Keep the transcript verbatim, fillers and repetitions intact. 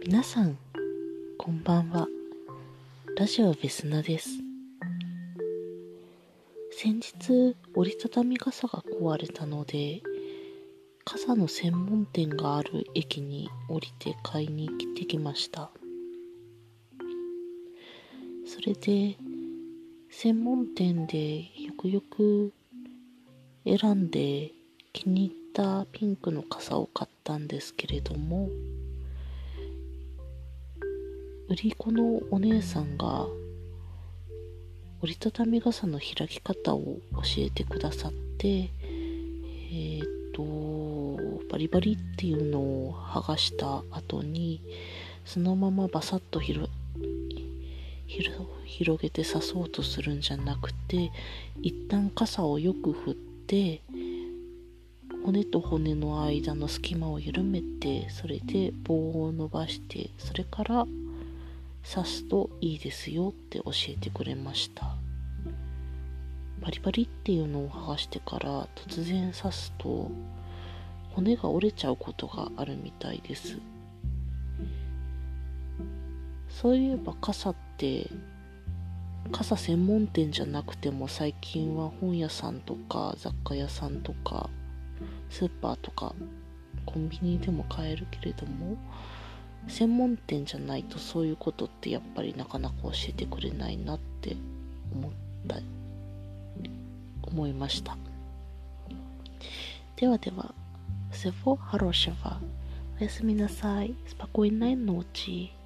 皆さん、こんばんは。ラジオベスナです。先日、折りたたみ傘が壊れたので、傘の専門店がある駅に降りて買いに行ってきました。それで、専門店でよくよく選んで気に入ったピンクの傘を買ったんですけれども、売り子のお姉さんが折りたたみ傘の開き方を教えてくださって、えっとバリバリっていうのを剥がした後にそのままバサッと広広げて刺そうとするんじゃなくて、一旦傘をよく振って骨と骨の間の隙間を緩めて、それで棒を伸ばして、それから刺すといいですよって教えてくれました。バリバリっていうのを剥がしてから突然刺すと骨が折れちゃうことがあるみたいです。そういえば傘って傘専門店じゃなくても最近は本屋さんとか雑貨屋さんとかスーパーとかコンビニでも買えるけれども、専門店じゃないとそういうことってやっぱりなかなか教えてくれないなって思った思いました。ではでは、Всего хорошего. おやすみなさい。Спокойной ночи.